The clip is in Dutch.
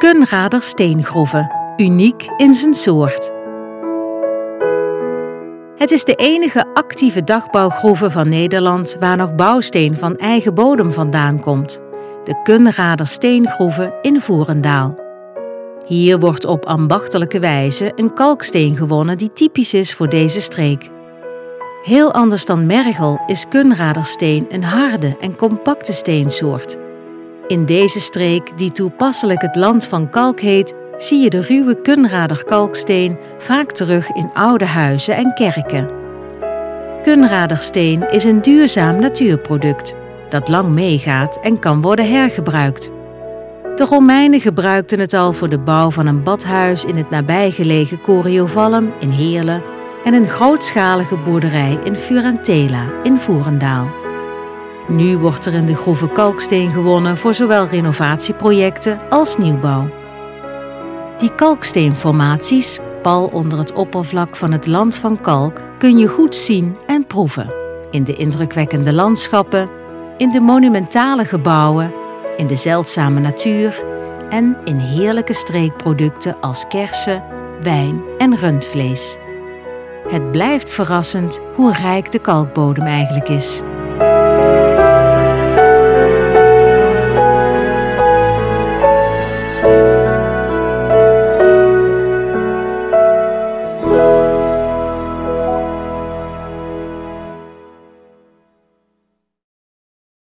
Kunrader steengroeven, uniek in zijn soort. Het is de enige actieve dagbouwgroeve van Nederland waar nog bouwsteen van eigen bodem vandaan komt. De Kunrader steengroeven in Voerendaal. Hier wordt op ambachtelijke wijze een kalksteen gewonnen die typisch is voor deze streek. Heel anders dan mergel is Kunradersteen een harde en compacte steensoort. In deze streek, die toepasselijk het land van kalk heet, zie je de ruwe Kunrader kalksteen vaak terug in oude huizen en kerken. Kunradersteen is een duurzaam natuurproduct dat lang meegaat en kan worden hergebruikt. De Romeinen gebruikten het al voor de bouw van een badhuis in het nabijgelegen Coriovallum in Heerlen en een grootschalige boerderij in Furantela in Voerendaal. Nu wordt er in de groeven kalksteen gewonnen voor zowel renovatieprojecten als nieuwbouw. Die kalksteenformaties, pal onder het oppervlak van het land van kalk, kun je goed zien en proeven. In de indrukwekkende landschappen, in de monumentale gebouwen, in de zeldzame natuur en in heerlijke streekproducten als kersen, wijn en rundvlees. Het blijft verrassend hoe rijk de kalkbodem eigenlijk is.